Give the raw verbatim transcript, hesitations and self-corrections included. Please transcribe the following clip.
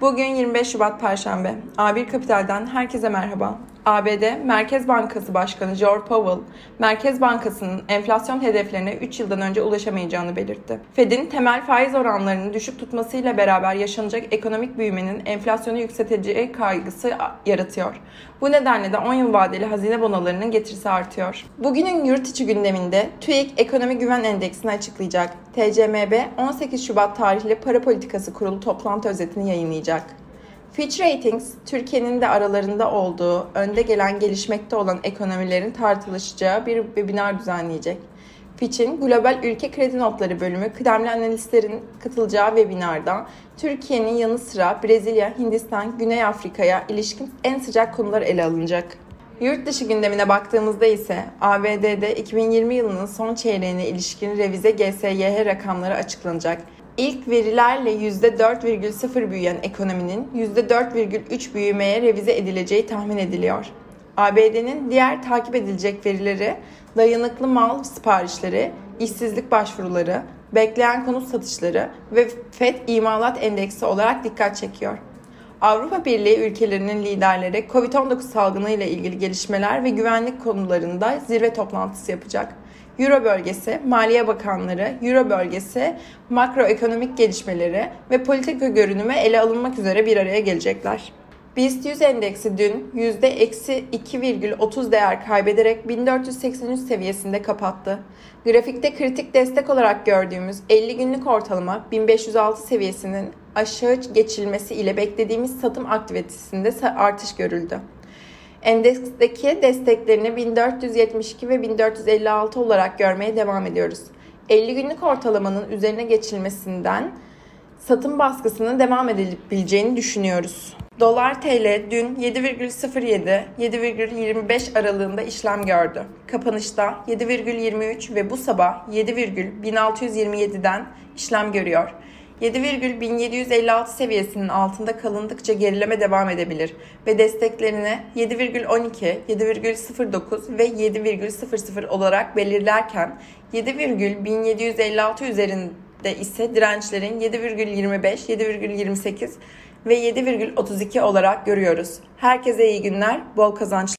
Bugün yirmi beş Şubat Perşembe. A bir Kapital'den herkese merhaba. A B D Merkez Bankası Başkanı Jerome Powell, Merkez Bankası'nın enflasyon hedeflerine üç yıldan önce ulaşamayacağını belirtti. Fed'in temel faiz oranlarını düşük tutmasıyla beraber yaşanacak ekonomik büyümenin enflasyonu yükselteceği kaygısı yaratıyor. Bu nedenle de on yıl vadeli hazine bonolarının getirisi artıyor. Bugünün yurt içi gündeminde TÜİK Ekonomi Güven Endeksini açıklayacak. T C M B on sekiz Şubat tarihli Para Politikası Kurulu toplantı özetini yayınlayacak. Fitch Ratings, Türkiye'nin de aralarında olduğu, önde gelen gelişmekte olan ekonomilerin tartışılacağı bir webinar düzenleyecek. Fitch'in Global Ülke Kredi Notları bölümü kıdemli analistlerin katılacağı webinarda Türkiye'nin yanı sıra Brezilya, Hindistan, Güney Afrika'ya ilişkin en sıcak konular ele alınacak. Yurt dışı gündemine baktığımızda ise A B D'de iki bin yirmi yılının son çeyreğine ilişkin revize G S Y H rakamları açıklanacak. İlk verilerle yüzde dört virgül sıfır büyüyen ekonominin yüzde dört virgül üç büyümeye revize edileceği tahmin ediliyor. A B D'nin diğer takip edilecek verileri dayanıklı mal siparişleri, işsizlik başvuruları, bekleyen konut satışları ve Fed imalat endeksi olarak dikkat çekiyor. Avrupa Birliği ülkelerinin liderleri kovid on dokuz salgını ile ilgili gelişmeler ve güvenlik konularında zirve toplantısı yapacak. Euro bölgesi, Maliye Bakanları, Euro bölgesi, makroekonomik gelişmeleri ve politika görünümü ele alınmak üzere bir araya gelecekler. BIST yüz endeksi dün yüzde eksi iki virgül otuz değer kaybederek bin dört yüz seksen üç seviyesinde kapattı. Grafikte kritik destek olarak gördüğümüz elli günlük ortalama bin beş yüz altı seviyesinin aşağı geçilmesi ile beklediğimiz satım aktivitesinde artış görüldü. Endeksteki desteklerini bin dört yüz yetmiş iki ve bin dört yüz elli altı olarak görmeye devam ediyoruz. elli günlük ortalamanın üzerine geçilmesinden satım baskısının devam edebileceğini düşünüyoruz. Dolar T L dün yedi virgül sıfır yedi - yedi virgül yirmi beş aralığında işlem gördü. Kapanışta yedi virgül yirmi üç ve bu sabah yedi virgül bin altı yüz yirmi yedi'den işlem görüyor. yedi virgül bin yedi yüz elli altı seviyesinin altında kalındıkça gerileme devam edebilir ve desteklerini yedi virgül on iki, yedi virgül sıfır dokuz ve yedi virgül sıfır sıfır olarak belirlerken yedi virgül bin yedi yüz elli altı üzerinde ise dirençlerin yedi virgül yirmi beş, yedi virgül yirmi sekiz ve yedi virgül otuz iki olarak görüyoruz. Herkese iyi günler, bol kazançlar.